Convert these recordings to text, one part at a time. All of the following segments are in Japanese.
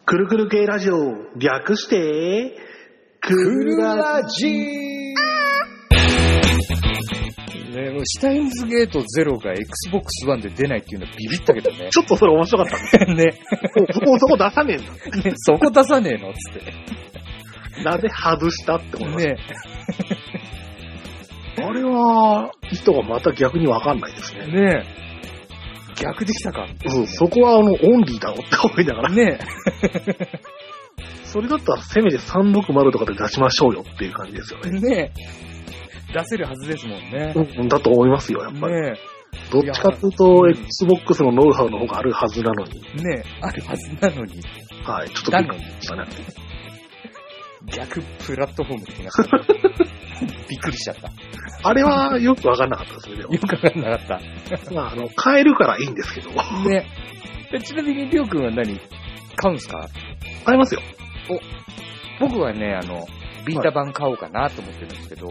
くるくる系ラジオ、略して、くるラジね、もうシュタインズゲート0が Xbox One で出ないっていうのはビビったけどね。 ちょっとそれ面白かったね。 ね。 そこ出さねえんだ。 ね、そこ出さねえのっつって。 なぜ外したって思いました。 ね。 あれは、人がまた逆にわかんないですね。 ねえ。逆できたか。 うん、そこはオンリーだろって思いながら。 ねそれだったらせめて360とかで出しましょうよっていう感じですよえ。 ね。 ねえ。出せるはずですもんね。 うん、だと思いますよ、やっぱり。 ねどっちかというと、Xbox のノウハウの方があるはずなのに。 え。ねえ。あるはずなのに。 はい、ちょっとびっくりしましたね。 逆プラットフォーム的な。びっくりしちゃった。 あれはよくわかんなかったですね、でも。 よくわかんなかっまあ、買えるからいいんですけど。 た。ねえ。ちなみにりょうくんは何買うんすか？ 買えますよ。 僕はね、ビータ版買おうかなと思ってるんですけど。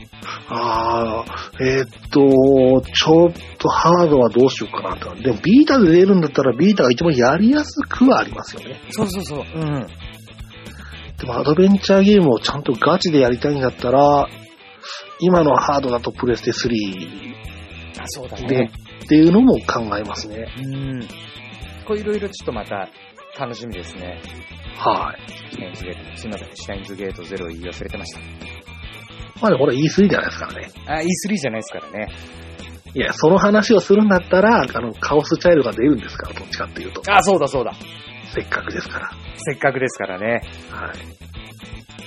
ちょっとハードはどうしようかなと。でもビータで出るんだったらビータが一番やりやすくはありますよね。 そうそうそう。うん。 でもアドベンチャーゲームをちゃんとガチでやりたいんだったら、今のハードだとプレステ3 あ、そうだでね。 っていうのも考えますね。 うん。こういろいろちょっとまた楽しみですね。 はい。 シュタインズゲート。すいません。シュタインズゲート0を言い忘れてました。 まあでもこれ E3 じゃないですからね。 あ、E3 じゃないですからね。 いや、その話をするんだったら、カオスチャイルが出るんですから、どっちかっていうと。 あ、そうだそうだ。 せっかくですから。 せっかくですからね。 はい。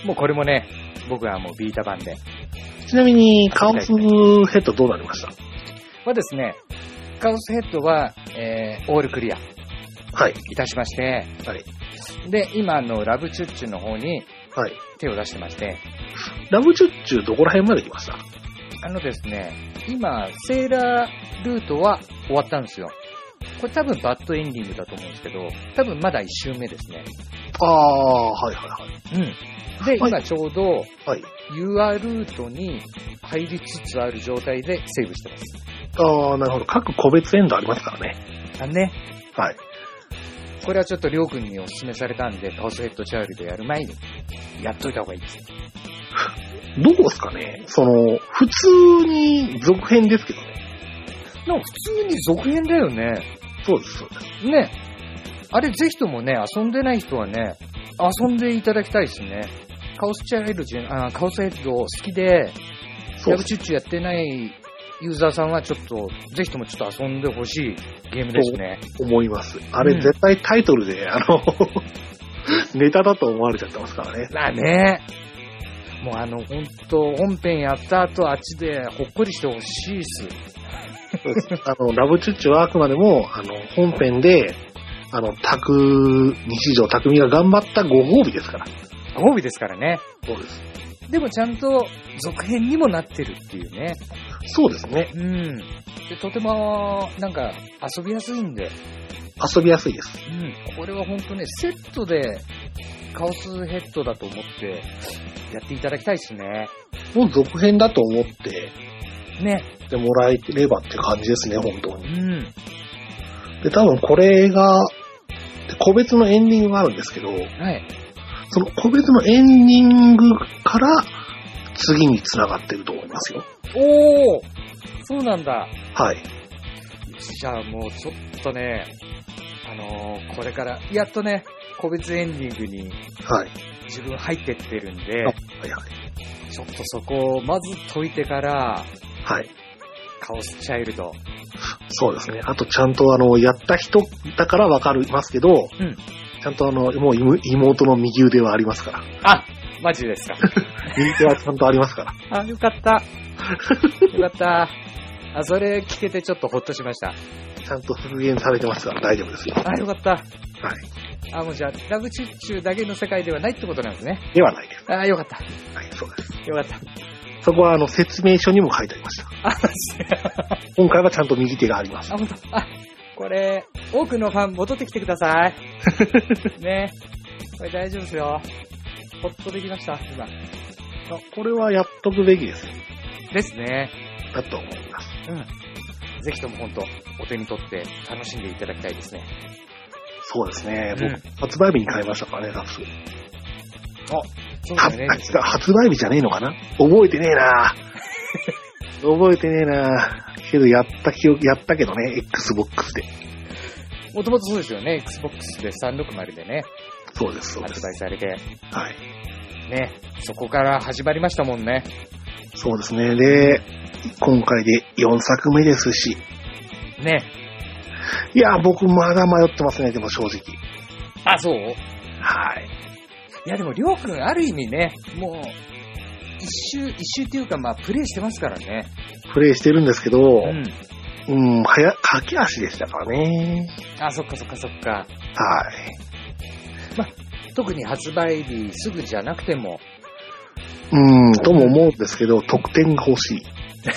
もうこれもね、僕はもうビータ版で。 ちなみに、カオスヘッドどうなりました？ はですね、カオスヘッドは、オールクリアはい。 いたしまして、 はい。 で、今ラブチュッチュの方にはい。 手を出してまして、 ラブチュッチュどこら辺まで来ました？ ですね、今、セーラールートは終わったんですよ。これ多分バッドエンディングだと思うんですけど、多分まだ1周目ですね。 はいはいはい。 うん。で、 はい今ちょうど、 はい。 ユアルートに入りつつある状態でセーブしてます。 なるほど。各個別エンドありますからね。 ね。 はい。 これはちょっとりょうくんにお勧めされたんで、カオスヘッドチャイルドやる前に、やっといた方がいいです。 どうですかね？普通に続編ですけどね。 なんか普通に続編だよね。 そうです、そうです。 ね。あれぜひともね、遊んでない人はね、遊んでいただきたいですね。カオスヘッド好きで、ヤブチュッチュやってないユーザーさんはちょっと、ぜひともちょっと遊んでほしいゲームですね。 と思います。あれ絶対タイトルで、ネタだと思われちゃってますからね。 まあね。もうほんと、本編やった後あっちでほっこりしてほしいっす。 ラブチュッチュはあくまでも、本編で、西条匠が頑張ったご褒美ですから。 ご褒美ですからね。 そうです。 でもちゃんと続編にもなってるっていうね。 そうですね。 うん。で、とても、なんか、遊びやすいんで。 遊びやすいです。 うん。これはほんとね、セットで、カオスヘッドだと思って、やっていただきたいですね。 もう続編だと思って、 ね。 でもらえればって感じですね、本当に。 うん。 で、多分これが、個別のエンディングがあるんですけど、 はい。 その個別のエンディングから次に繋がってると思いますよ。 おー！そうなんだ。 はい。 じゃあもうちょっとね、これから、やっとね、個別エンディングにはい。 自分入ってってるんで、 はいはい。 ちょっとそこをまず解いてから、 はい。 カオスチャイルド。 そうですね。あとちゃんとやった人だからわかりますけど、 うん。 ちゃんともう妹の右腕はありますから。 あ、マジですか。 右手はちゃんとありますから。 あ、よかった。よかった。あ、それ聞けてちょっとほっとしました。 ちゃんと復元されてますから大丈夫ですよ。 あ、よかった。 はい。 あ、もうじゃあ、ラブチュッチュだけの世界ではないってことなんですね。 ではないです。 あ、よかった。 はい、そうです。 よかった。 そこは説明書にも書いてありました。 あ、 今回はちゃんと右手があります。 あ、ほんと。あ、これ、多くのファン戻ってきてください。ね。これ大丈夫ですよ。ほっとできました、今。 これはやっとくべきですよ。 ですね。 だと思います。 うん。ぜひとも本当、お手に取って楽しんでいただきたいですね。 そうですね。 うん僕、発売日に買いましたからね、タス。 そうだよね。 発売日じゃねえのかな覚えてねえな覚えてねえなけど、やったけどね、Xbox で。 もともとそうですよね。Xbox で360でね、 そうです、そうです。 発売されて。 はい。 ね。そこから始まりましたもんね。 そうですね。で、今回で4作目ですし。 ね。 いや、僕まだ迷ってますね、でも正直。 あ、そう？ はい。 いや、でも、りょうくん、ある意味ね、もう、一周っていうか、まあ、プレイしてますからね。 プレイしてるんですけど、 うん。 駆け足でしたからね。 あ、そっか。 はい。 特に発売日すぐじゃなくても。 とも思うんですけど、得点が欲しい。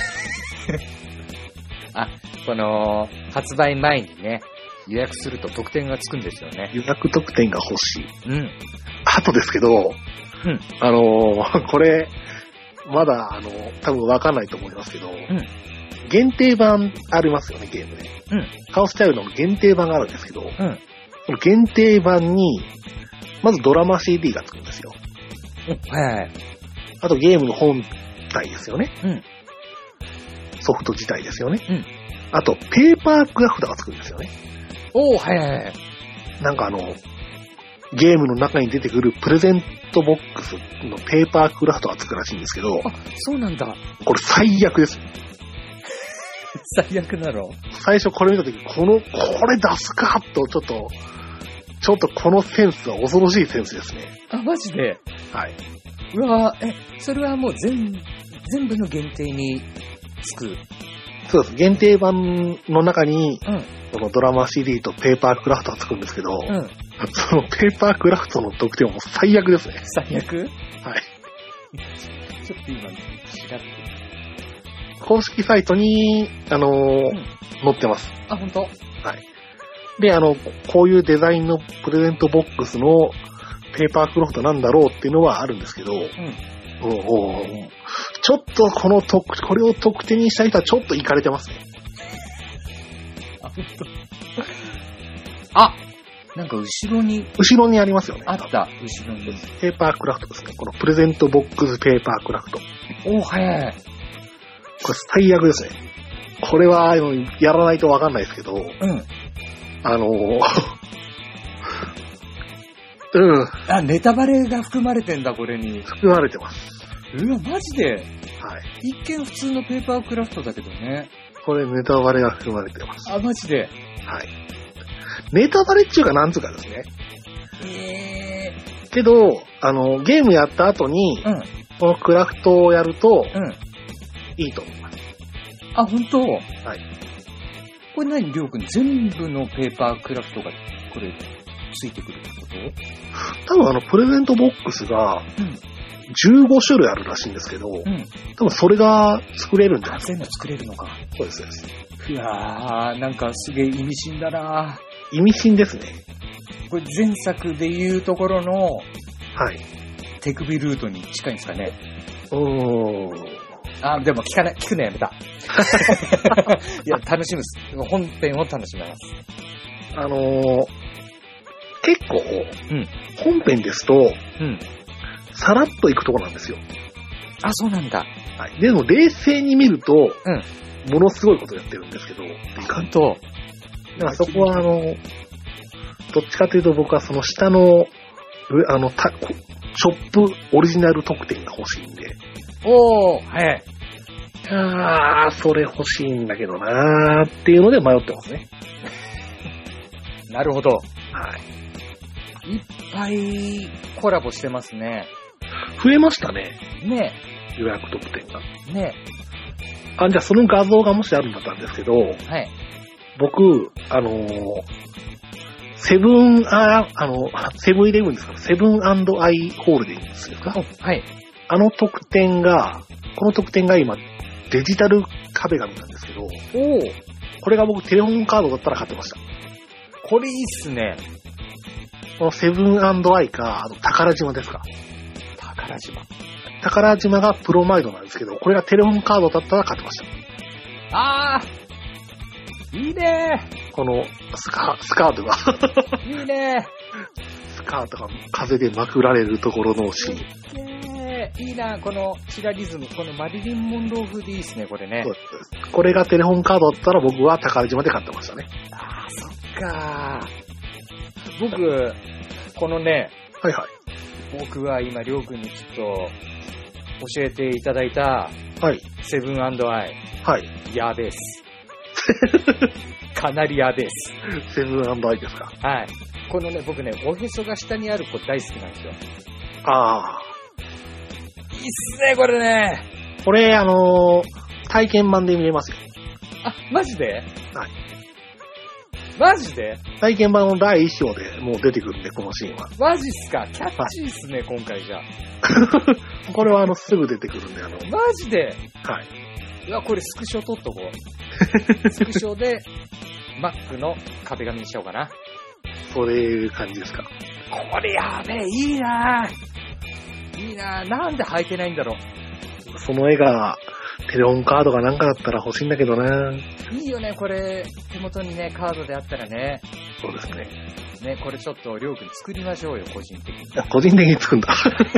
この、発売前にね、予約すると得点がつくんですよね。 予約得点が欲しい。 うん。 あとですけど、これ、まだ、多分わかんないと思いますけど、限定版ありますよね、ゲームで。カオスチャイルドの限定版があるんですけど、その限定版に、まずドラマ CD がつくんですよ。 はい。 あとゲームの本体ですよね。ソフト自体ですよね。あと、ペーパークラフトがつくんですよね。 はい。 なんかゲームの中に出てくるプレゼントボックスのペーパークラフトがつくらしいんですけど、 あ、そうなんだ。 これ最悪です。 最悪なの？ 最初これ見たとき、これ出すかと、ちょっとこのセンスは恐ろしいセンスですね。 あ、マジで？ はい。 うわそれはもう全部の限定につく。 そうです。限定版の中に、 うん。 このドラマ CD とペーパークラフトがつくんですけど、 うん。 そのペーパークラフトの得点はもう最悪ですね。 最悪？ はい。 ちょっと今、調べて。 公式サイトに、載ってます。 あ、本当？ はい。で、こういうデザインのプレゼントボックスのペーパークラフトなんだろうっていうのはあるんですけど、ちょっとこれを得点にした人はちょっとイカれてますね。 あ、本当。あ、なんか後ろにありますよね。 あった、後ろに。 ペーパークラフトですね。このプレゼントボックスペーパークラフト。 早い。 これ最悪ですね。これは、やらないとわかんないですけど、 あ、ネタバレが含まれてんだ、これに。 含まれてます。 うわ、マジで？ はい。 一見普通のペーパークラフトだけどね。 これネタバレが含まれてます。 あ、マジで？ はい。ネタバレっていうかなんつうかですね。けど、ゲームやった後に、このクラフトをやると、いいと思います。 あ、本当？ はい。 これ何、りょうくん、全部のペーパークラフトが、これ、ついてくるってこと？ 多分プレゼントボックスが、15種類あるらしいんですけど、多分それが作れるんじゃないですか。 全部作れるのか。 そうです、そうです。 いやー、なんかすげえ意味深だな。 意味深ですね。 これ前作でいうところの、 はい。 手首ルートに近いんですかね。 あ、 でも聞くのやめた。いや、楽しむっす。本編を楽しめます。 結構、本編ですと、さらっといくとこなんですよ。 あ、そうなんだ。 はい。でも冷静に見ると、ものすごいことやってるんですけど、 本当。 だからそこはどっちかというと僕はその下の、ショップオリジナル特典が欲しいんで。 はい。 それ欲しいんだけどなーっていうので迷ってますね。 なるほど。 はい。 いっぱいコラボしてますね。 増えましたね。 ね予約特典が。 ねじゃあその画像がもしあるんだったんですけど、 はい。 僕、セブンイレブンですか、セブン&アイ・ホールディングスですか、 はい。 この特典が今、デジタル壁紙なんですけど、これが僕テレホンカードだったら買ってました。 これいいっすね。 このセブン&アイか、宝島ですか。宝島がプロマイドなんですけど、これがテレホンカードだったら買ってました。 いいねー。 このスカートが。 いいね。 スカートが風でまくられるところのシーン。 いいな、このチラリズム、このマリリン・モンロー風でいいですね、これね。そうです。 これがテレホンカードだったら僕は宝島で買ってましたね。 ああ、そっか。僕、このね、 はいはい。 僕は今、りょうくんにちょっと教えていただいた、 はい。 セブン&アイ。はい。やべえっす。かなりやべえっす。 セブン&アイですか。 はい。このね、僕ね、おへそが下にある子大好きなんですよ。 ああ。 いいっすね、これね。 これ、体験版で見れますよ。 あ、マジで？ はい。 マジで？ 体験版の第1章でもう出てくるんで、このシーンは。 マジっすか？キャッチーっすね、はい、今回じゃ。 これはすぐ出てくるんで、 マジで？ はい。 うわ、これスクショ撮っとこう。スクショで、Mac の壁紙にしようかな。 そういう感じですか。 これやべえ、いいなぁ。いいなぁ。なんで履いてないんだろう。 その絵が、テレホンカードがなんかだったら欲しいんだけどな。 いいよね、これ、手元にね、カードであったらね。 そうですね。 ね、これちょっと、りょうくん作りましょうよ、個人的に。 個人的に作るんだ。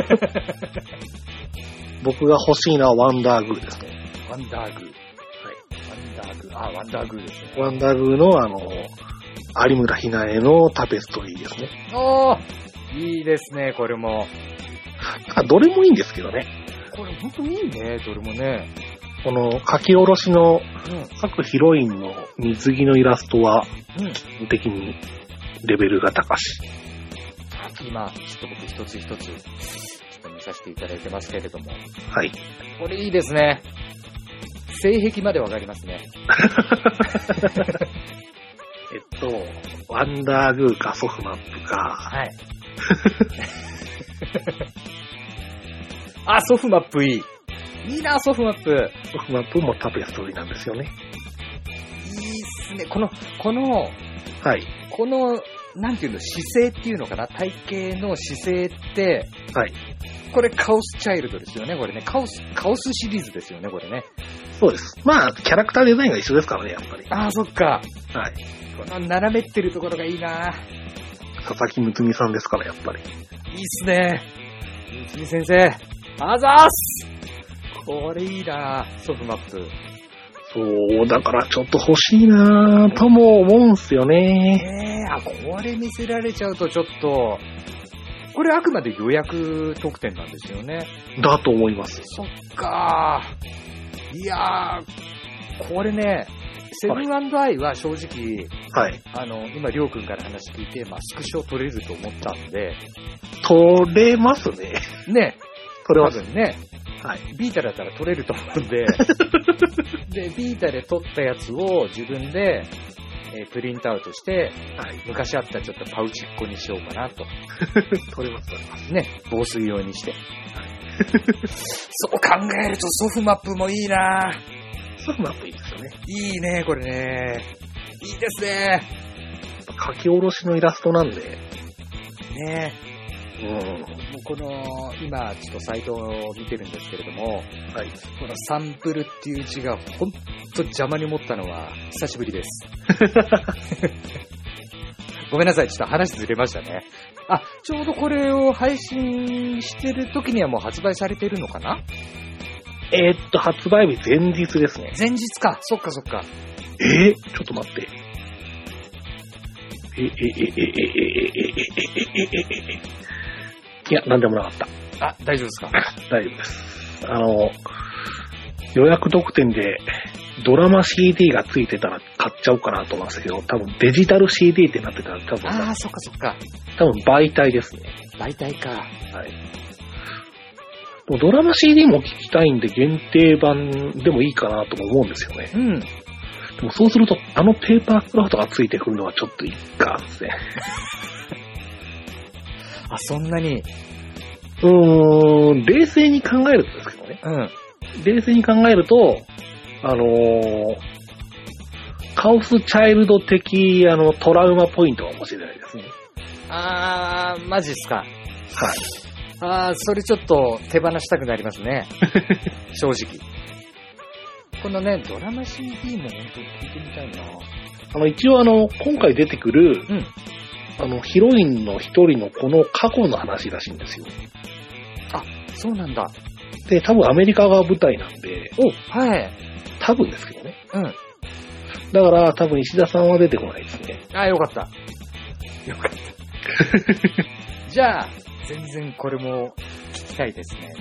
僕が欲しいのはワンダーグーですね。 ワンダーグー。はい。ワンダーグー。あ、ワンダーグーですね。 ワンダーグーの有村ひなえのタペストリーですね。 おー、いいですね、これも。 どれもいいんですけどね。 これほんといいね、どれもね。 この書き下ろしの各ヒロインの水着のイラストは、基本的にレベルが高し。 今、ちょっと僕一つ一つ、ちょっと見させていただいてますけれども。 はい。 これいいですね。性癖までわかりますね。 ワンダーグーかソフマップか。 はい。あ、ソフマップいい。いいな、ソフマップ。 ソフマップもタペストリーなんですよね。 いいっすね。この、 はい。 この、なんていうの、姿勢っていうのかな、体型の姿勢って、 はい。 これカオスチャイルドですよね、これね。カオスシリーズですよね、これね。 そうです。まあ、キャラクターデザインが一緒ですからね、やっぱり。 ああ、そっか。 はい。 この斜めってるところがいいな。 佐々木睦美さんですから、やっぱり。 いいっすね。睦美先生。あざーす。これいいな、ソフマップ。 そう、だからちょっと欲しいなとも思うんすよね。 これ見せられちゃうとちょっと、これあくまで予約特典なんですよね。 だと思います。 そっかー。いやー、これね、セブン&アイは正直、 はい。 今、りょうくんから話聞いて、スクショ撮れると思ったんで。 撮れますね。 ね。 撮れますね。 はい。 ビータだったら撮れると思うんで。で、ビータで撮ったやつを自分で、プリントアウトして、はい、昔あったちょっとパウチっ子にしようかなと。 撮れます、撮れます。 ね。防水用にして。はい、そう考えるとソフマップもいいなソフマップいいですよね。 いいね、これね。いいですね。 書き下ろしのイラストなんで。 ねもうこの、今ちょっとサイトを見てるんですけれども、はい、このサンプルっていう字がほんと邪魔に思ったのは久しぶりです。ごめんなさい、ちょっと話ずれましたね。あ、ちょうどこれを配信してる時にはもう発売されてるのかな？ 発売日前日ですね。 前日か。そっかそっか。 ちょっと待って。いや、なんでもなかった。 あ、大丈夫ですか？ 大丈夫です。予約特典でドラマ CD がついてたら買っちゃおうかなと思いますけど、多分デジタル CD ってなってたら多分。 ああ、そっかそっか。 多分媒体ですね。 媒体か。はい。 ドラマ CD も聞きたいんで限定版でもいいかなとも思うんですよね。 うん。 でもそうすると、ペーパークラフトがついてくるのはちょっといいかですね。 あ、そんなに。 冷静に考えるとですけどね。 うん。 冷静に考えると、カオスチャイルド的、トラウマポイントかもしれないですね。 マジっすか。 はい。 それちょっと手放したくなりますね。正直。 このね、ドラマ CD も本当聞いてみたいな。 一応今回出てくる、ヒロインの一人のこの過去の話らしいんですよ。 あ、そうなんだ。 で、多分アメリカが舞台なんで。 はい。 多分ですけどね。だから多分石田さんは出てこないですね。 あ、よかった。よかった。じゃあ、全然これも聞きたいですね。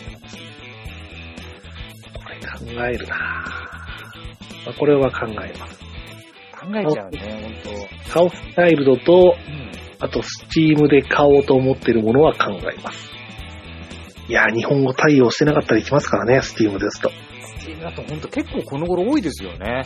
これ考えるなぁ。これは考えます。 考えちゃうね、ほんと。 カオスチャイルドと、あとスチームで買おうと思ってるものは考えます。いや、日本語対応してなかったりしますからね、スチームですと。 スチームだとほんと結構この頃多いですよね。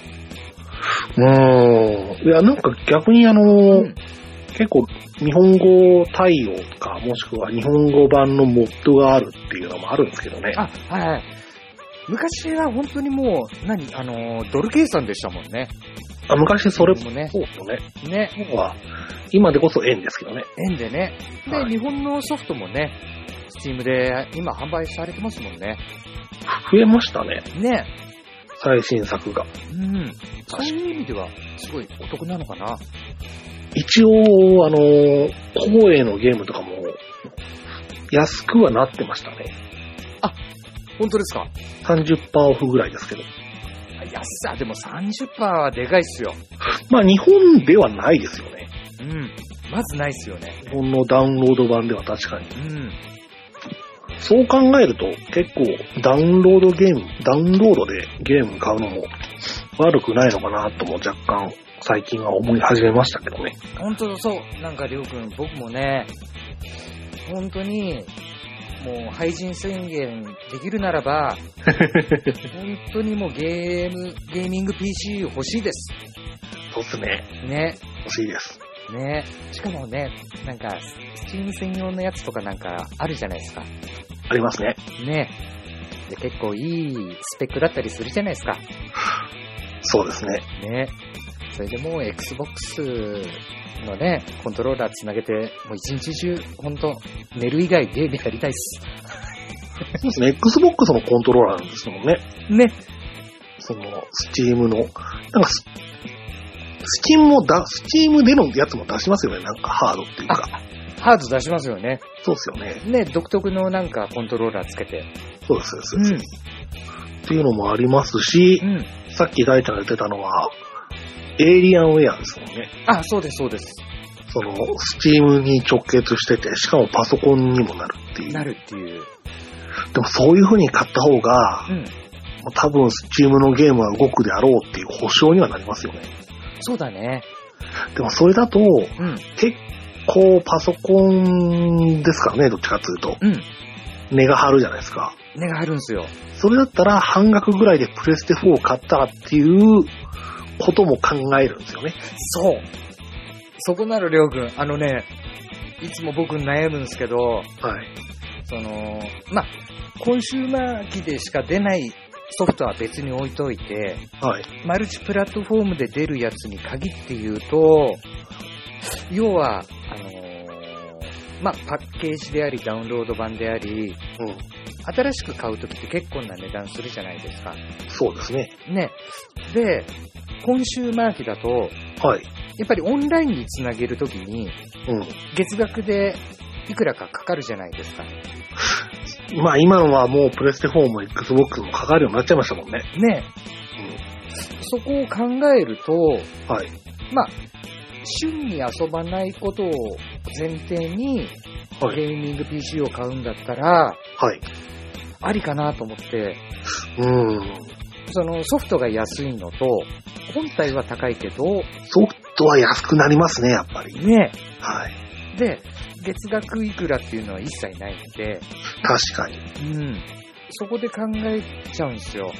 いや、なんか逆に結構日本語対応とか、もしくは日本語版のモッドがあるっていうのもあるんですけどね。 あ、はい。昔は本当にもう、ドル計算でしたもんね。 昔それもね。 そうですよね。 ね。 今でこそ円ですけどね。 円でね。で、日本のソフトもね、スチームで今販売されてますもんね。 増えましたね。 ね。 最新作が。 そういう意味では、すごいお得なのかな。 一応、光栄のゲームとかも、安くはなってましたね。 あ、本当ですか？ 30% オフぐらいですけど。 安さ、でも 30% はでかいっすよ。 まあ日本ではないですよね。 まずないっすよね。 日本のダウンロード版では確かに。そう考えると結構ダウンロードでゲーム買うのも悪くないのかなとも若干最近は思い始めましたけどね。 本当そう。なんかりょうくん、僕もね、本当にもう廃人宣言できるならば本当にもうゲーミング PC 欲しいです。 そうっすね。 ね。 欲しいです。 ね。しかもね、なんかスチーム専用のやつとかなんかあるじゃないですか。 ありますね。 ね。で結構いいスペックだったりするじゃないですか。 そうですね。 ね。それでもう Xbox のね、コントローラーつなげて、もう一日中、ほんと、寝る以外ゲームやりたいっす。 そうですね。Xbox のコントローラーなんですもんね。 ね。 スチームの、なんかスチームでのやつも出しますよね。なんかハードっていうか。 ハード出しますよね。 そうですよね。 ね、独特のなんかコントローラーつけて。 そうです、そうです。っていうのもありますし、さっき大ちゃんが言ってたのは、エイリアンウェアですもんね。 あ、そうです、そうです。 スチームに直結してて、しかもパソコンにもなるっていう。 なるっていう。 でもそういう風に買った方が、多分スチームのゲームは動くであろうっていう保証にはなりますよね。 そうだね。 でもそれだと、結構パソコンですからね、どっちかというと。値が張るじゃないですか。 値が張るんですよ。それだったら半額ぐらいでプレステ4を買ったらっていうことも考えるんですよね。 そう。そこなるりょうくん、いつも僕悩むんですけど、コンシューマー機でしか出ないソフトは別に置いといて、マルチプラットフォームで出るやつに限って言うと、要は、パッケージであり、ダウンロード版であり、新しく買うときって結構な値段するじゃないですか。 そうですね。 ね。で、コンシューマー機だと、やっぱりオンラインにつなげるときに、月額でいくらかかかるじゃないですか。 まあ今のはもうプレステ4も Xbox もかかるようになっちゃいましたもんね。 ね。そこを考えると、趣味に遊ばないことを前提に、ゲーミング PC を買うんだったら、ありかなと思って、ソフトが安いのと、本体は高いけど、 ソフトは安くなりますね、やっぱり。 ね。で、月額いくらっていうのは一切ないんで。 確かに。 そこで考えちゃうんですよ。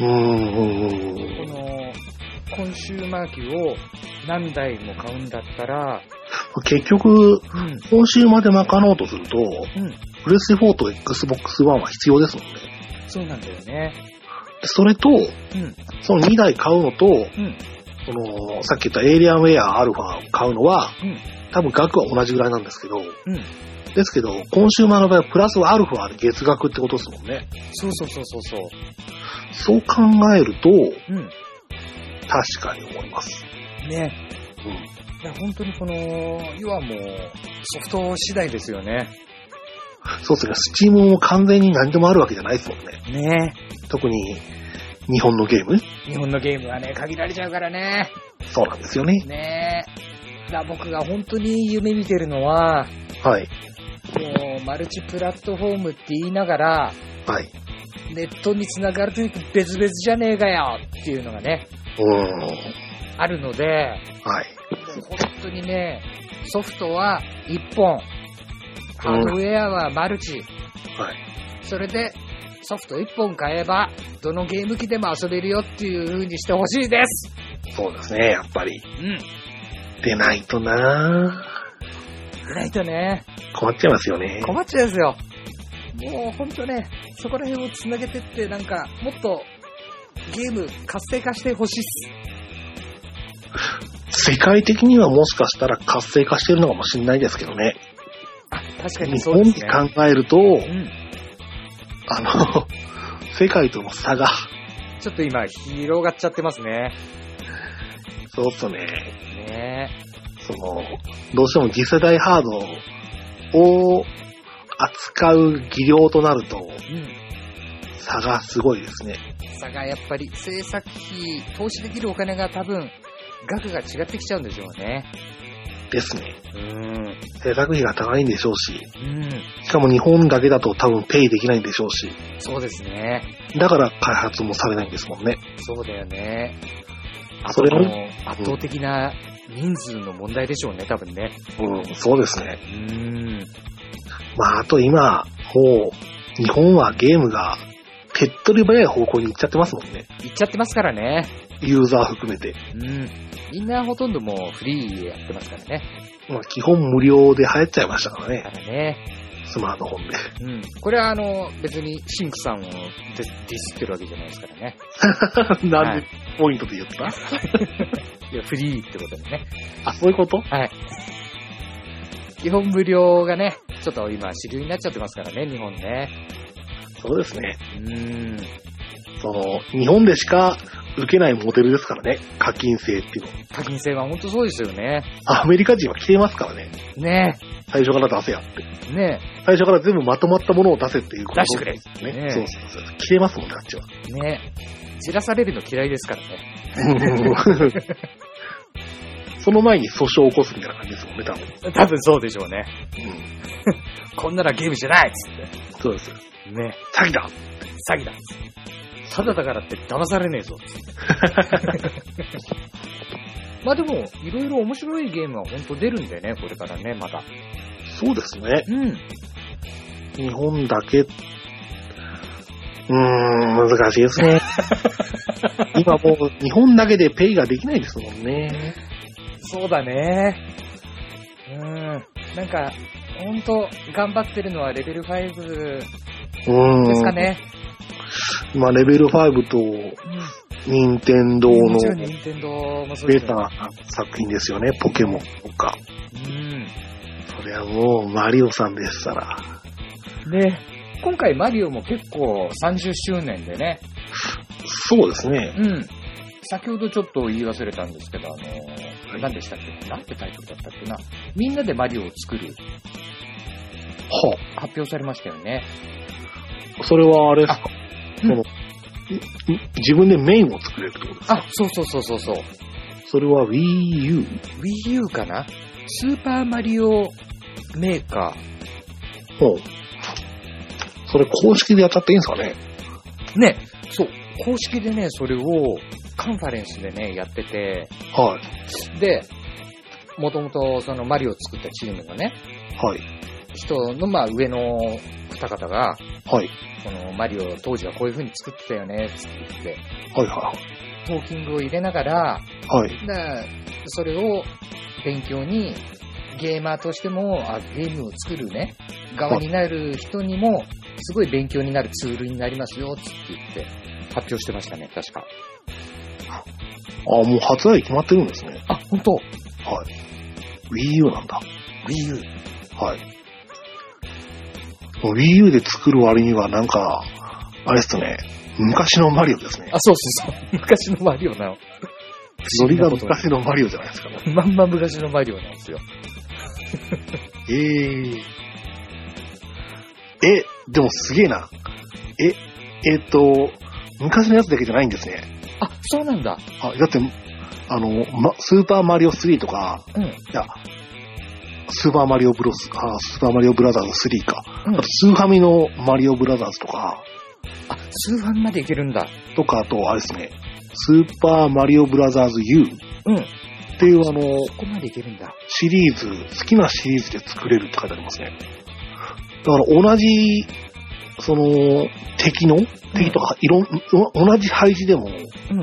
コンシューマー機を何台も買うんだったら、 結局、今週まで賄おうとすると、プレステ4と Xbox One は必要ですもんね。 そうなんだよね。 それと、その2台買うのと、さっき言ったエイリアンウェアアルファを買うのは、多分額は同じぐらいなんですけど、 ですけど、コンシューマーの場合はプラスアルファで月額ってことですもんね。 そう。 そう考えると、 うん。 確かに思います。 ね。うん。いや、本当にこの、要はもう、ソフト次第ですよね。 そうですね。スチームも完全に何でもあるわけじゃないですもんね。 ね。 特に、日本のゲームはね、限られちゃうからね。 そうなんですよね。 ねえ。僕が本当に夢見てるのは、 はい。 もう、マルチプラットフォームって言いながら、 はい。 ネットに繋がるとき別々じゃねえかよっていうのがね、あるので、 はい。 本当にね、ソフトは1本、ハードウェアはマルチ。 はい。 それで、ソフト1本買えば、どのゲーム機でも遊べるよっていう風にしてほしいです。 そうですね、やっぱり。 うん。 出ないとなぁ。 出ないとね。 困っちゃいますよね。 困っちゃいますよ。もうほんとね、そこら辺をつなげてって、なんか、もっとゲーム活性化してほしいっす。世界的にはもしかしたら活性化してるのかもしれないですけどね。 あ、確かにそうですね。 日本で考えると、世界との差が。 ちょっと今、広がっちゃってますね。 そうっすね。 ねどうしても次世代ハードを扱う技量となると、差がすごいですね。 差がやっぱり制作費、投資できるお金が多分、額が違ってきちゃうんでしょうね。 ですね。制作費が高いんでしょうし、しかも日本だけだと多分ペイできないんでしょうし。 そうですね。 だから開発もされないんですもんね。 そうだよね。それも圧倒的な人数の問題でしょうね、多分ね。 そうですね。まあ、あと今、もう、日本はゲームが手っ取り早い方向に行っちゃってますもんね。 行っちゃってますからね。 ユーザー含めて。 みんなほとんどもうフリーでやってますからね。 まあ、基本無料で流行っちゃいましたからね。 ね。 スマートフォンで。 これは別にシンクさんをディスってるわけじゃないですからね。 なんでポイントで言ったいや、フリーってことでね。 あ、そういうこと？ はい。基本無料がね、ちょっと今主流になっちゃってますからね、日本ね。 そうですね。日本でしか受けないモデルですからね、課金制っていうの。 課金制は本当そうですよね。 アメリカ人は来ていますからね。 ねえ。 最初から出せやって。 ねえ。最初から全部まとまったものを出せっていうこと出してくれ。 ね。そう。来てますもんね、あっちは。 ねえ。じらされるの嫌いですからね。 その前に訴訟を起こすみたいな感じですもんね、多分。 多分そうでしょうね。こんならゲームじゃないっつって。 そうです。 ね。 詐欺だ詐欺だただだからって騙されねえぞ。まあでも、いろいろ面白いゲームは本当出るんだよね、これからね、また。 そうですね。日本だけ、難しいですね。今もう日本だけでペイができないですもんね。 そうだね。なんか、本当頑張ってるのはレベル5ですかね。 まあ、レベル5と、任天堂のベタな作品ですよね、ポケモンとか。それはもう、マリオさんでしたら。 ね、今回マリオも結構30周年でね。 そうですね。 先ほどちょっと言い忘れたんですけど、何でしたっけ？なんてタイトルだったっけな。みんなでマリオを作る。発表されましたよね。 それはあれですか？自分でメインを作れるってことですか？ そう。 それは Wii U？Wii U かな？スーパーマリオメーカー。それ公式でやっちゃっていいんですかね？ ね、そう。公式でね、それをカンファレンスでね、やってて。で、もともとそのマリオを作ったチームのね。人の上の二方が。このマリオ当時はこういう風に作ってたよね、つって言って。トーキングを入れながら。それを勉強に、ゲーマーとしても、ゲームを作るね、側になる人にも、すごい勉強になるツールになりますよ、つって言って、発表してましたね、確か。 もう発売決まってるんですね。 本当？ Wii U なんだ。 Wii U。 Wii U で作る割にはなんか、あれですね、昔のマリオですね。 あ、そうそうそう。昔のマリオなの。 ノリが昔のマリオじゃないですかね。 まんま昔のマリオなんですよ。 でもすげえな。昔のやつだけじゃないんですね。 あ、そうなんだ。 だって、スーパーマリオ3とか、いや、スーパーマリオブラザーズ3か。あと、スーファミのマリオブラザーズとか。 あ、スーファミまでいけるんだ。 とか、あと、あれですね、スーパーマリオブラザーズ U。っていうそこまでいけるんだ。 シリーズ、好きなシリーズで作れるって書いてありますね。だから同じ、敵とか、同じ配置でも、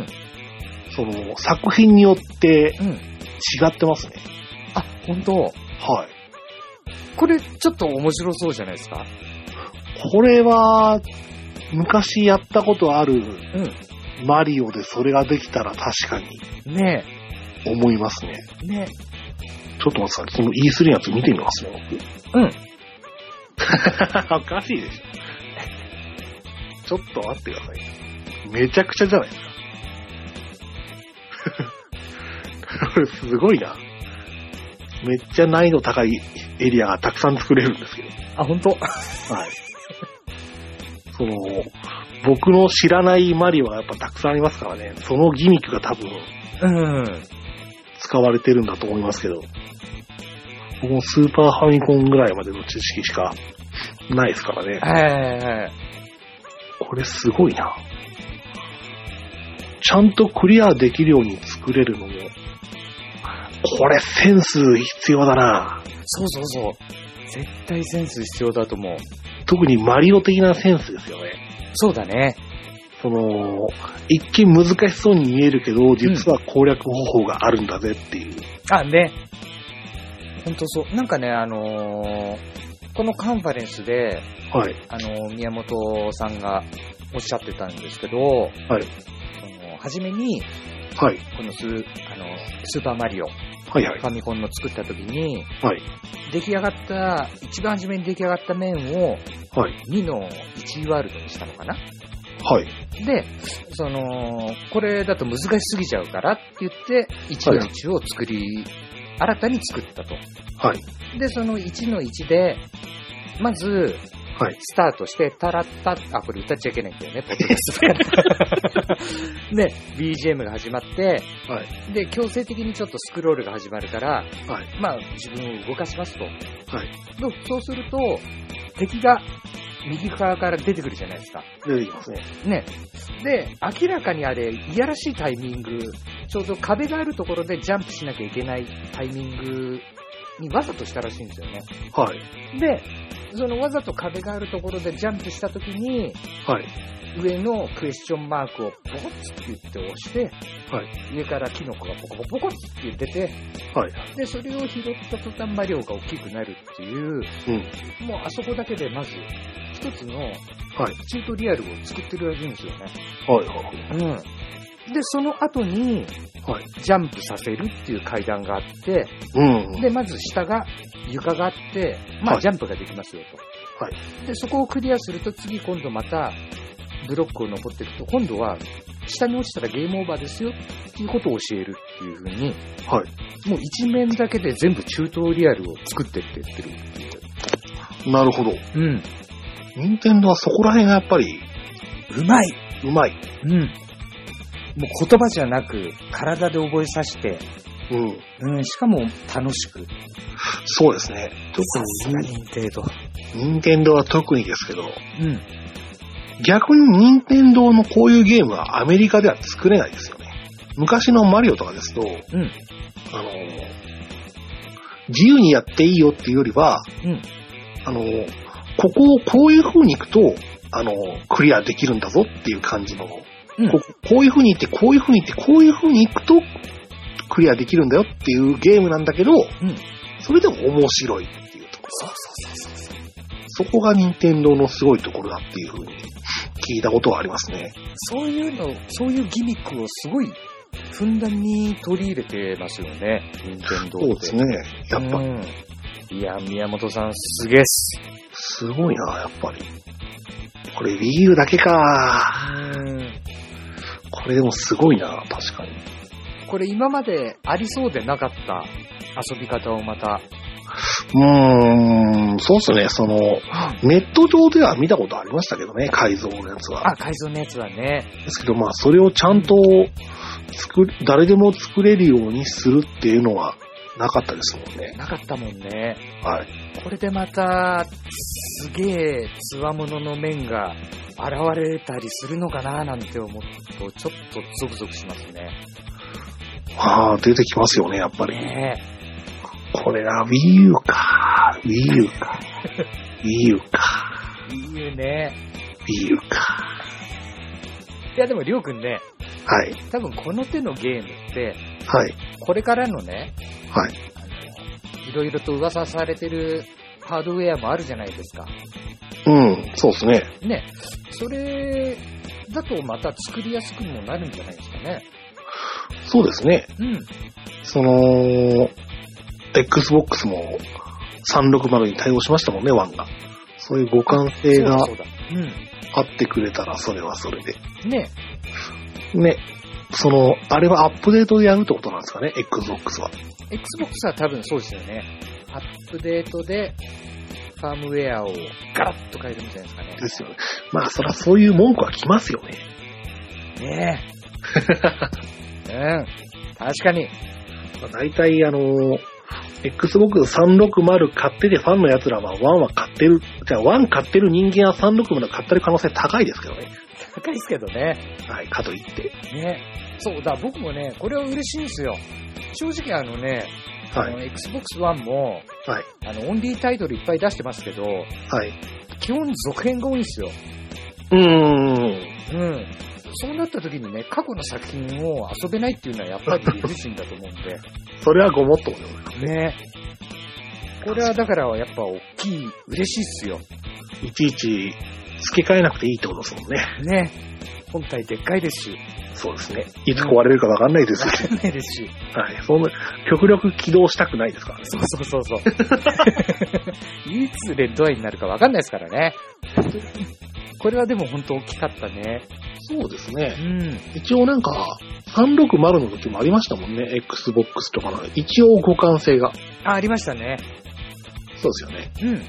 作品によって違ってますね。 あ、本当。はい。これ、ちょっと面白そうじゃないですか？ これは、昔やったことある、マリオでそれができたら確かに。ねえ。思いますね。ねえ。ちょっと待ってください。この E3 のやつ見てみますよ。おかしいでしょ。ちょっと待ってください。めちゃくちゃじゃないですか。これすごいな。めっちゃ難易度高いエリアがたくさん作れるんですけど。 あ、本当？はい。 僕の知らないマリオがやっぱたくさんありますからね。そのギミックが多分、使われてるんだと思いますけど。僕もスーパーファミコンぐらいまでの知識しかないですからね。これすごいな。ちゃんとクリアできるように作れるのも、これセンス必要だな。 そうそうそう。絶対センス必要だと思う。 特にマリオ的なセンスですよね。 そうだね。 一見難しそうに見えるけど、実は攻略方法があるんだぜっていう。 あ、ね。ほんとそう。なんかね、このカンファレンスで、宮本さんがおっしゃってたんですけど、初めに、このスーパーマリオ、ファミコンの作った時に、出来上がった、一番初めに出来上がった面を、2の1ワールドにしたのかな。で、これだと難しすぎちゃうからって言って、1の1を新たに作ったと。で、その1の1で、まず、スタートして、これ歌っちゃいけないんだよね、ポッドキャストから。で、BGM が始まって、で、強制的にちょっとスクロールが始まるから、まあ、自分を動かしますと。そうすると、敵が右側から出てくるじゃないですか。 出てきますね。 ね。で、明らかにあれ、いやらしいタイミング、ちょうど壁があるところでジャンプしなきゃいけないタイミングにわざとしたらしいんですよね。で、わざと壁があるところでジャンプしたときに、上のクエスチョンマークをポコッつって言って押して、上からキノコがポコポコッつって出て、で、それを拾った途端マリオが大きくなるっていう、もうあそこだけでまず一つのチュートリアルを作ってるらしいんですよね。で、その後に、ジャンプさせるっていう階段があって、で、まず下が、床があって、まあ、ジャンプができますよと。で、そこをクリアすると、次今度また、ブロックを登っていくと、今度は、下に落ちたらゲームオーバーですよっていうことを教えるっていう風に、もう一面だけで全部チュートリアルを作ってって言ってるっていう。 なるほど。任天堂はそこら辺がやっぱり、 うまい。もう言葉じゃなく、体で覚えさせて、しかも楽しく。 そうですね。 特に任天堂は特にですけど、逆に任天堂のこういうゲームはアメリカでは作れないですよね。昔のマリオとかですと、自由にやっていいよっていうよりは、ここをこういう風に行くと、クリアできるんだぞっていう感じの、こういう風に行って、こういう風に行って、こういう風に行くと、クリアできるんだよっていうゲームなんだけど、それでも面白いっていうところ。そこが任天堂のすごいところだっていう風に聞いたことはありますね。 そういうギミックをすごいふんだんに取り入れてますよね、任天堂って。 そうですね。やっぱ。 いや、宮本さんすげえっす。 すすごいな、やっぱり。これ Wii U だけか。これでもすごいな、確かに。 これ今までありそうでなかった遊び方をまた。 そうっすね、ネット上では見たことありましたけどね、改造のやつは。 改造のやつはね。 ですけど、それをちゃんと誰でも作れるようにするっていうのはなかったですもんね。 なかったもんね。 はい。 これでまた、すげえ、つわものの面が現れたりするのかななんて思うと、ちょっとゾクゾクしますね。 出てきますよね、やっぱり。 ねこれは Wii U か。Wii U か。Wii U か。 Wii U ね。 Wii U か。 いやでもりょうくんね。 はい。 多分この手のゲームって、 はい。 これからのね、 はい。 いろいろと噂されてるハードウェアもあるじゃないですか。 そうですね。 ね。それだとまた作りやすくもなるんじゃないですかね。 そうですね。Xbox も360に対応しましたもんね、1が。そういう互換性があってくれたら、それはそれで。ね。あれはアップデートでやるってことなんですかね、Xbox は。 Xbox は多分そうですよね。アップデートで、ファームウェアをガラッと変えるみたいですかね。 ですよね。そらそういう文句は来ますよね。 ねえ。確かに。 大体Xbox 360買っててファンの奴らは1は買ってる、1買ってる人間は360買ってる可能性高いですけどね。 高いですけどね。 はい、かといって。 ね。そうだ、僕もね、これは嬉しいんですよ。正直Xbox One も、 はい、 オンリータイトルいっぱい出してますけど、 はい、 基本続編が多いんですよ。そうなった時にね、過去の作品を遊べないっていうのはやっぱり理不尽だと思うんで。 それはごもっともでございますね。これはだからやっぱ大きい、嬉しいっすよ。 いちいち付け替えなくていいってことですもんね。 ね。本体でっかいですし。 そうですね。いつ壊れるかわかんないですし。 わかんないですし。 はい。そんな、極力起動したくないですからね。 そう。いつレッドアイになるかわかんないですからね。これはでも本当大きかったね。 そうですね。一応360の時もありましたもんね。Xbox とかの。一応互換性が。 ありましたね。 そうですよね。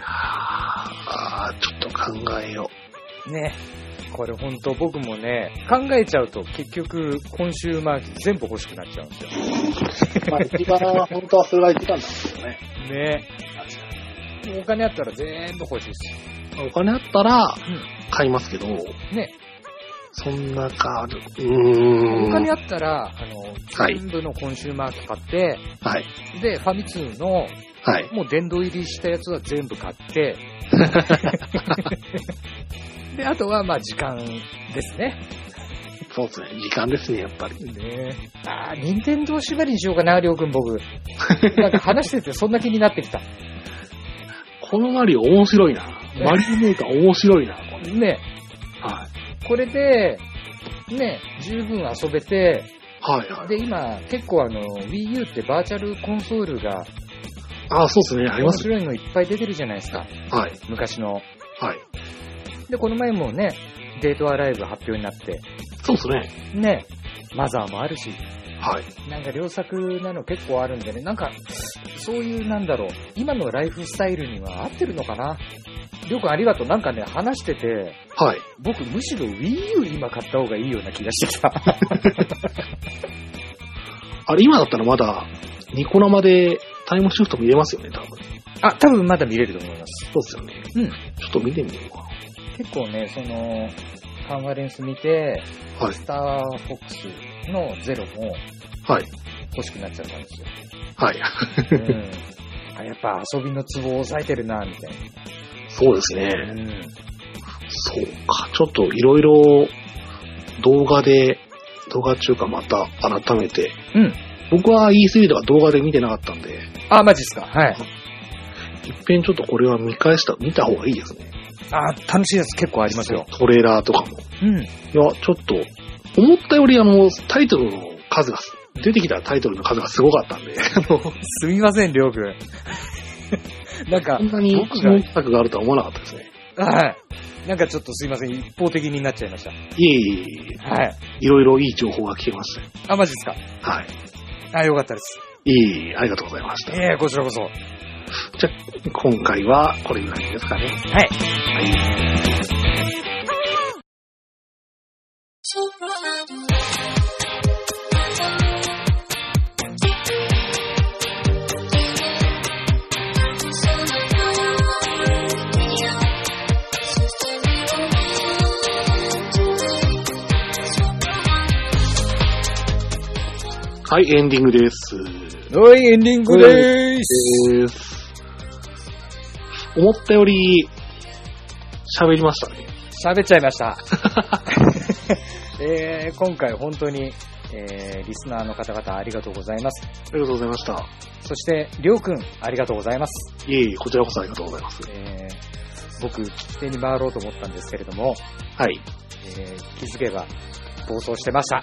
ちょっと考えよう。ね。これ本当僕もね、考えちゃうと結局コンシューマー機全部欲しくなっちゃうんですよ。 一番本当はそれが一番なんですよね。 ね。お金あったら全部欲しいです。 お金あったら買いますけど。 ね。 そんなカード。 お金あったら、全部のコンシューマー機買って、 はい。 で、ファミ通の、 はい。 もう殿堂入りしたやつは全部買って、で、あとは時間ですね。 そうですね。時間ですね、やっぱり。 ね任天堂縛りにしようかな、りょうくん僕。話しててそんな気になってきた。 このマリオ面白いな。マリオメーカー面白いな、これ。 ね。 はい。 これで、ね、十分遊べて、 はい。 で、今、結構Wii U ってバーチャルコンソールが、 そうですね、あります。 面白いのいっぱい出てるじゃないですか。 はい。 昔の。 はい。 で、この前もね、デートアライブ発表になって。 そうですね。 ね、マザーもあるし。 はい。 良作なの結構あるんでね、そういう今のライフスタイルには合ってるのかな。りょうくんありがとう。話してて、 はい。 僕むしろ Wii U 今買った方がいいような気がしてきた。 今だったらまだ、ニコ生でタイムシフト見れますよね、多分。 多分まだ見れると思います。 そうですよね。ちょっと見てみようか。 結構ね、カンファレンス見て、 はい。 スターフォックスのゼロも、 はい。 欲しくなっちゃったんですよ。 はい。 やっぱ遊びのツボを抑えてるな、みたいな。 そうですね。そうか。ちょっといろいろ動画中かまた改めて。僕は E3 では動画で見てなかったんで。 マジっすか。はい。 一遍ちょっとこれは見た方がいいですね。 楽しいやつ結構ありますよ。 トレーラーとかも。いや、ちょっと、思ったよりタイトルの数が、出てきたタイトルの数がすごかったんで。 すみません、りょうくん。 なんか、 こんなに質問企画があるとは思わなかったですね。 はい。なんかちょっとすいません、一方的になっちゃいました。 いえ。はい。いろいろいい情報が聞けましたよ。 あ、マジですか？ はい。 あ、よかったです。 ありがとうございました。 こちらこそ。 じゃあ、今回はこれぐらいですかね。 はい。 はい、エンディングです。 はい、エンディングでーす。 思ったより喋りましたね。 喋っちゃいました。今回本当に、リスナーの方々ありがとうございます。 ありがとうございました。 そして、りょうくんありがとうございます。 こちらこそありがとうございます。 僕、聞き手に回ろうと思ったんですけれども、 はい。 気づけば暴走してました。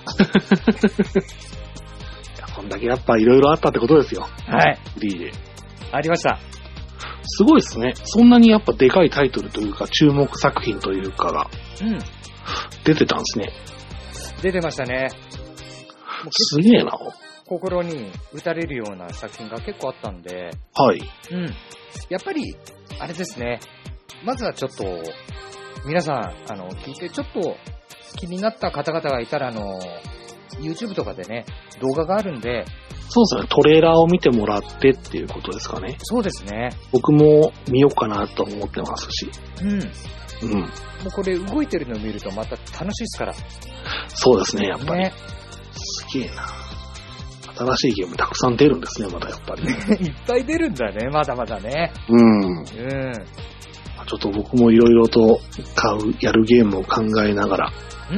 こんだけやっぱいろいろあったってことですよ。 はい。 D で。 ありました。 すごいですね。そんなにやっぱでかいタイトルというか注目作品というかが、出てたんですね。 出てましたね。 すげえな。 心に打たれるような作品が結構あったんで。 はい。 やっぱり、あれですね。まずはちょっと、皆さん、聞いてちょっと気になった方々がいたら、YouTube とかでね、動画があるんで。 そうですね。トレーラーを見てもらってっていうことですかね。 そうですね。 僕も見ようかなと思ってますし。 もうこれ動いてるのを見るとまた楽しいですから。 そうですね、やっぱり。すげえな。新しいゲームたくさん出るんですね、まだやっぱり。 いっぱい出るんだね、まだまだね。 ちょっと僕もいろいろとやるゲームを考えながら。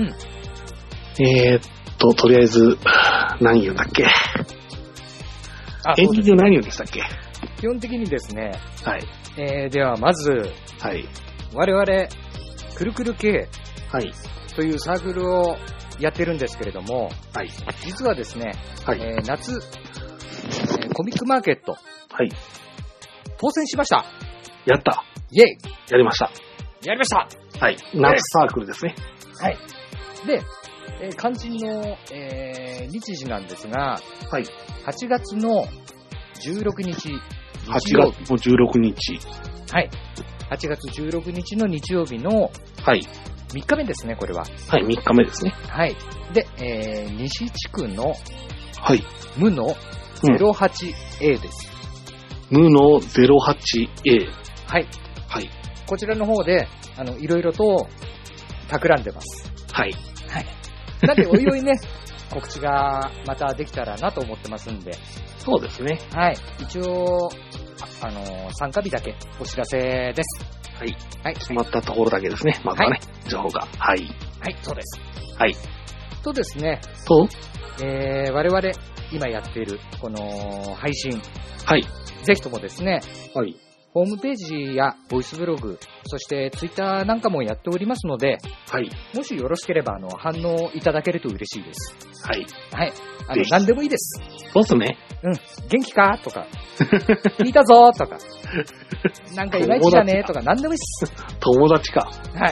とりあえず、何言うんだっけ？エンディング何言うんでしたっけ？ 基本的にですね。 はい。 ではまず、 はい。 我々、くるくる系というサークルをやってるんですけれども、 はい。 実はですね、 はい。 夏、コミックマーケット、 はい。 当選しました。 やった。 イェイ。 やりました。 やりました。 はい。夏サークルですね。 はい。で、肝心の、日時なんですが、 はい。 8月の16日。 8月の16日。 はい。8月16日の日曜日の、 はい。 3日目ですね、これは。 はい、3日目ですね。 はい。で、西地区の、 はい。 無の 08A です。 無の 08A。 はい。 はい。 こちらの方で、いろいろと、企んでます。 はい。 はい。なんで、おいおいね、告知がまたできたらなと思ってますんで。 そうですね。 はい。一応、参加日だけお知らせです。 はい。はい。決まったところだけですね。まずはね、情報が。はい。 はい、そうです。 はい。 とですね。我々、今やっている、この、配信。 はい。 ぜひともですね。 はい。 ホームページやボイスブログ、そしてツイッターなんかもやっておりますので、 はい。 もしよろしければ、反応いただけると嬉しいです。 はい。 はい。何でもいいです。 そうっすね。 元気かとか、聞いたぞとか、なんかいまいちだねとか、何でもいいっす。 友達か。 はい。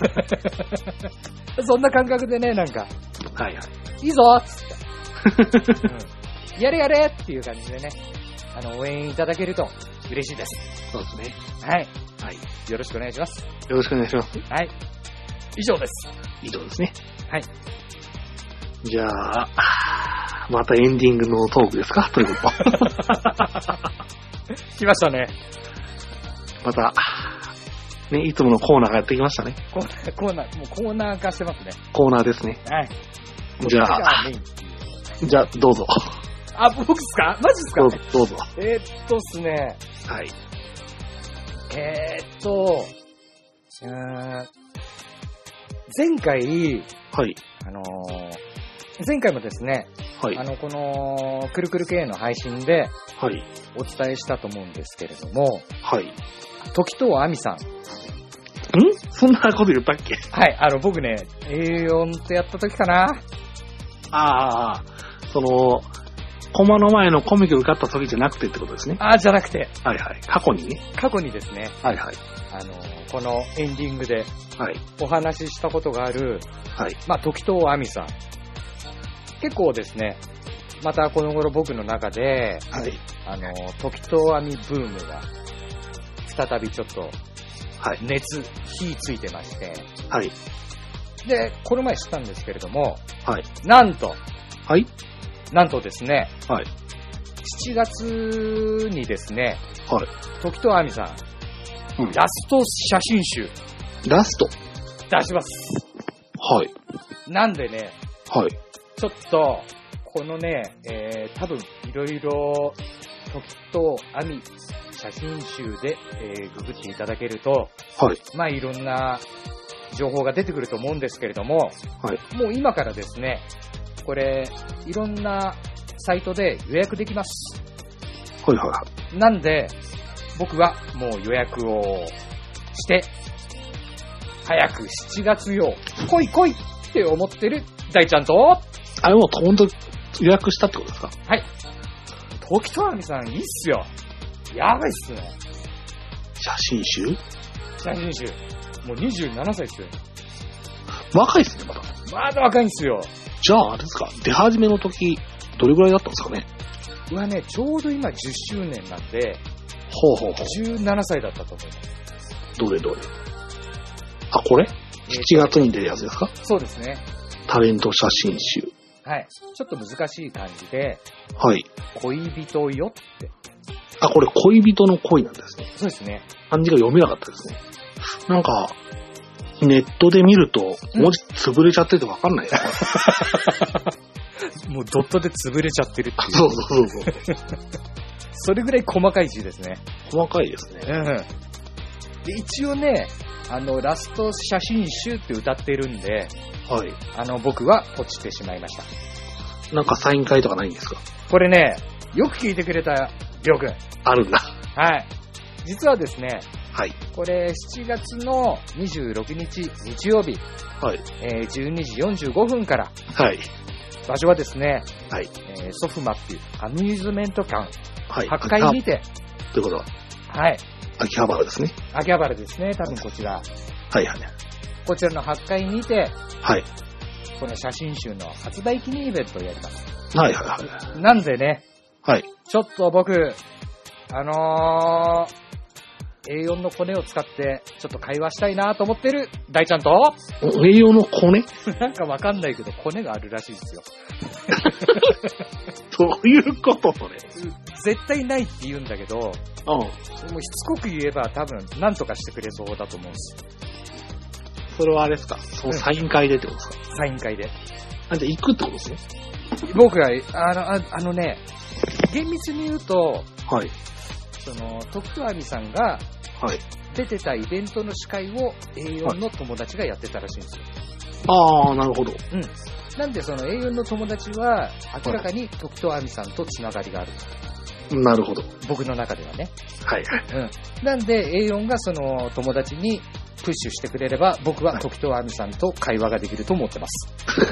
そんな感覚でね、なんか、 はいはい。 いいぞっつって、やれやれっていう感じでね、応援いただけると嬉しいです。 そうですね。 はい。 はい。 よろしくお願いします。 よろしくお願いします。 はい。以上です。 以上ですね。 はい。 じゃあ、またエンディングのトークですかということ。 来ましたね。 また、ね、いつものコーナーがやってきましたね。 コーナー、もうコーナー化してますね。 コーナーですね。 はい。 じゃあ、どうぞ。 あ、僕っすか？マジっすか？ どうぞ。 っすね。 はい。 前回、 はい。 前回もですね、 はい。 この、くるくる系の配信で、 はい。 お伝えしたと思うんですけれども、 はい。 時藤亜美さん。 そんなこと言ったっけ？ はい、僕ね、A4 ってやった時かな。 ああ、こコマの前のコミック受かった時じゃなくてってことですね。 じゃなくて。 はいはい。過去にね。 過去にですね。 はいはい。 このエンディングで、 はい。 お話ししたことがある、 はい。 時藤亜美さん。結構ですね、またこの頃僕の中で、 はい。 時藤亜美ブームが、再びちょっと、 はい。 火ついてまして、 はい。 で、この前知ったんですけれども、 はい。 なんと、 はい。 なんとですね、 はい。 7月にですね、 はい。 時藤亜美さん、ラスト写真集。 ラスト出します。 はい。 なんでね、 はい。 ちょっと、このね、多分、いろいろ、時藤亜美写真集で、ググっていただけると、 はい。 いろんな情報が出てくると思うんですけれども、 はい。 もう今からですね、これ、いろんなサイトで予約できます。 はいはいはい。 なんで、僕はもう予約をして、早く7月よ、来い来いって思ってる大ちゃんと、 もうほんと予約したってことですか？ はい。時藤亜美さんいいっすよ。やばいっすね。 写真集。 もう27歳っすよ。 若いっすね、まだ。 まだ若いんですよ。 じゃあ、あれですか、出始めの時、どれぐらいだったんですかね？ ね、ちょうど今10周年なんで、 ほうほうほう。 17歳だったと思います。 どれこれ ?7 月に出るやつですか？ そうですね。 タレント写真集。 はい。ちょっと難しい感じで、 はい。 恋人よって。 これ恋人の恋なんですね。 そうですね。 漢字が読めなかったですね。なんか、ネットで見ると、文字潰れちゃっててわかんないですもうドットで潰れちゃってるっていう。 そう。 それぐらい細かい字ですね。 細かいですね。 で、一応ね、ラスト写真集って歌ってるんで、 はい。 僕はポチってしまいました。 なんかサイン会とかないんですか？ これね、よく聞いてくれた、りょうくん。 あるんだ。 はい。実はですね、 はい。 これ、7月の26日、日曜日、 はい。 12時45分から、 はい。 場所はですね、 はい。 ソフマっていうアミューズメント館、 はい。 8階にて、 ということは、 はい。 秋葉原ですね。 秋葉原ですね、多分こちら。 はいはい。 こちらの8階にて、 はい。 この写真集の発売記念イベントをやります。 はいはいはい。 なんでね、 はい。 ちょっと僕、A4 のコネを使って、ちょっと会話したいなと思ってる大ちゃんと、 A4 のコネなんかわかんないけど、コネがあるらしいですよ。 どういうことそれ？ 絶対ないって言うんだけど、もうしつこく言えば多分、なんとかしてくれそうだと思うんです。 それはあれですか？そのサイン会でってことですか？ サイン会で。 じゃ行くってことですね。 僕が、ね、厳密に言うと、 はい。 時藤亜美さんが、 はい。 出てたイベントの司会を A4 の友達がやってたらしいんですよ。 ああ、なるほど。 なんでその A4 の友達は明らかに時藤亜美さんとつながりがある。 なるほど。 僕の中ではね。 はい。 なんで A4 がその友達にプッシュしてくれれば僕は時藤亜美さんと会話ができると思ってます。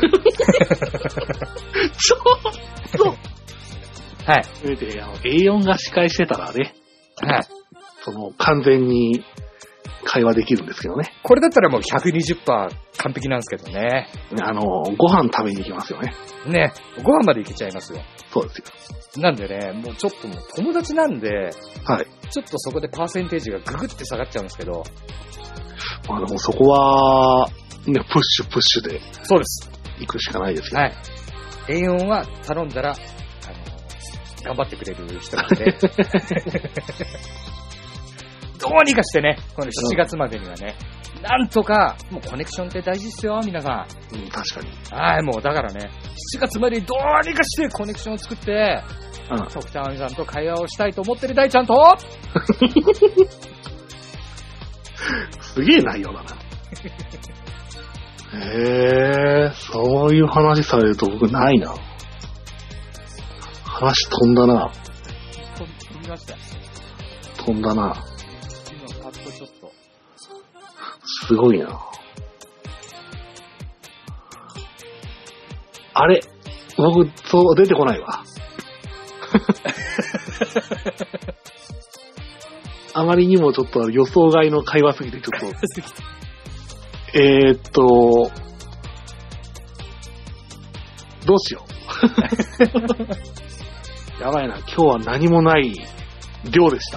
ちょっとはい。 A4 が司会してたらね。 はい。 完全に会話できるんですけどね。 これだったらもう 120% 完璧なんですけどね。 ご飯食べに行きますよね。 ね。ご飯まで行けちゃいますよ。 そうですよ。 なんでね、もうちょっともう友達なんで、 はい。 ちょっとそこでパーセンテージがググって下がっちゃうんですけど。 でもそこは、ね、プッシュで。 そうです。 行くしかないですよ。 はい。A4 は頼んだら、頑張ってくれる人なんで。どうにかしてね、この7月までにはね、なんとか、もうコネクションって大事っすよ、皆さん。 確かに。 はい、もうだからね、7月までにどうにかしてコネクションを作って、徳田亜美さんと会話をしたいと思ってる大ちゃんとすげえ内容だな。そういう話されると僕ないな。話飛んだな。 飛びました。 飛んだな。 今パッとちょっと。 すごいな。あれ僕、そう出てこないわ。 あまりにもちょっと予想外の会話すぎて、ちょっと。どうしよう。やばいな、今日は何もない量でした。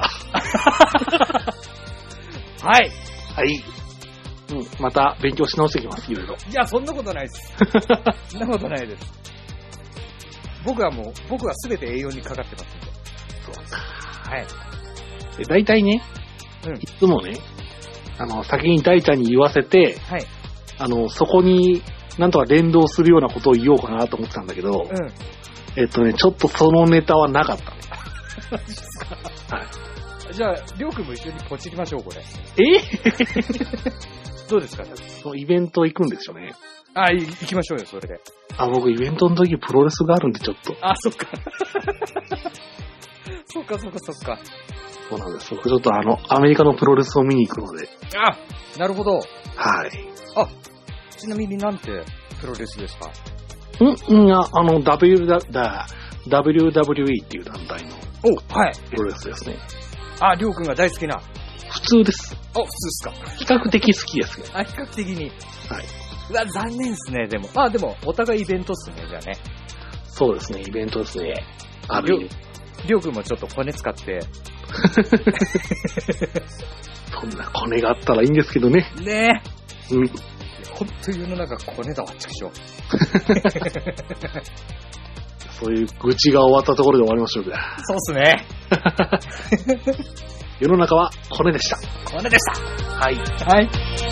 はい。 はい。また勉強し直してきます、いろいろ。 いや、そんなことないです。そんなことないです。僕は全て栄養にかかってますんで。 そうか。 はい。 大体ね、いつもね、先に大ちゃんに言わせて、 はい。 そこになんとか連動するようなことを言おうかなと思ってたんだけど、ちょっとそのネタはなかったね。はい。 じゃあ、りょうくんも一緒にポチりましょう、これ。どうですかね。 そのイベント行くんですよね。 行きましょうよ、それで。 僕イベントの時プロレスがあるんでちょっと。 そっか。そっか。 そうなんです。僕ちょっとアメリカのプロレスを見に行くので。 なるほど。 はい。 ちなみになんてプロレスですか WWE っていう団体の。 はい。 プロレスですね。 りょうくんが大好きな。 普通です。 普通ですか。 比較的好きですね。 比較的に。 はい。 残念ですね、でも。でも、お互いイベントっすね、じゃあね。 そうですね、イベントですね。 りょうくんもちょっとコネ使って。 そんなコネがあったらいいんですけどね。 ねえ。ほんと世の中コネだわ、ちくしょう。 そういう愚痴が終わったところで終わりましょうか。 そうっすね。 世の中はコネでした。 コネでした。 はい。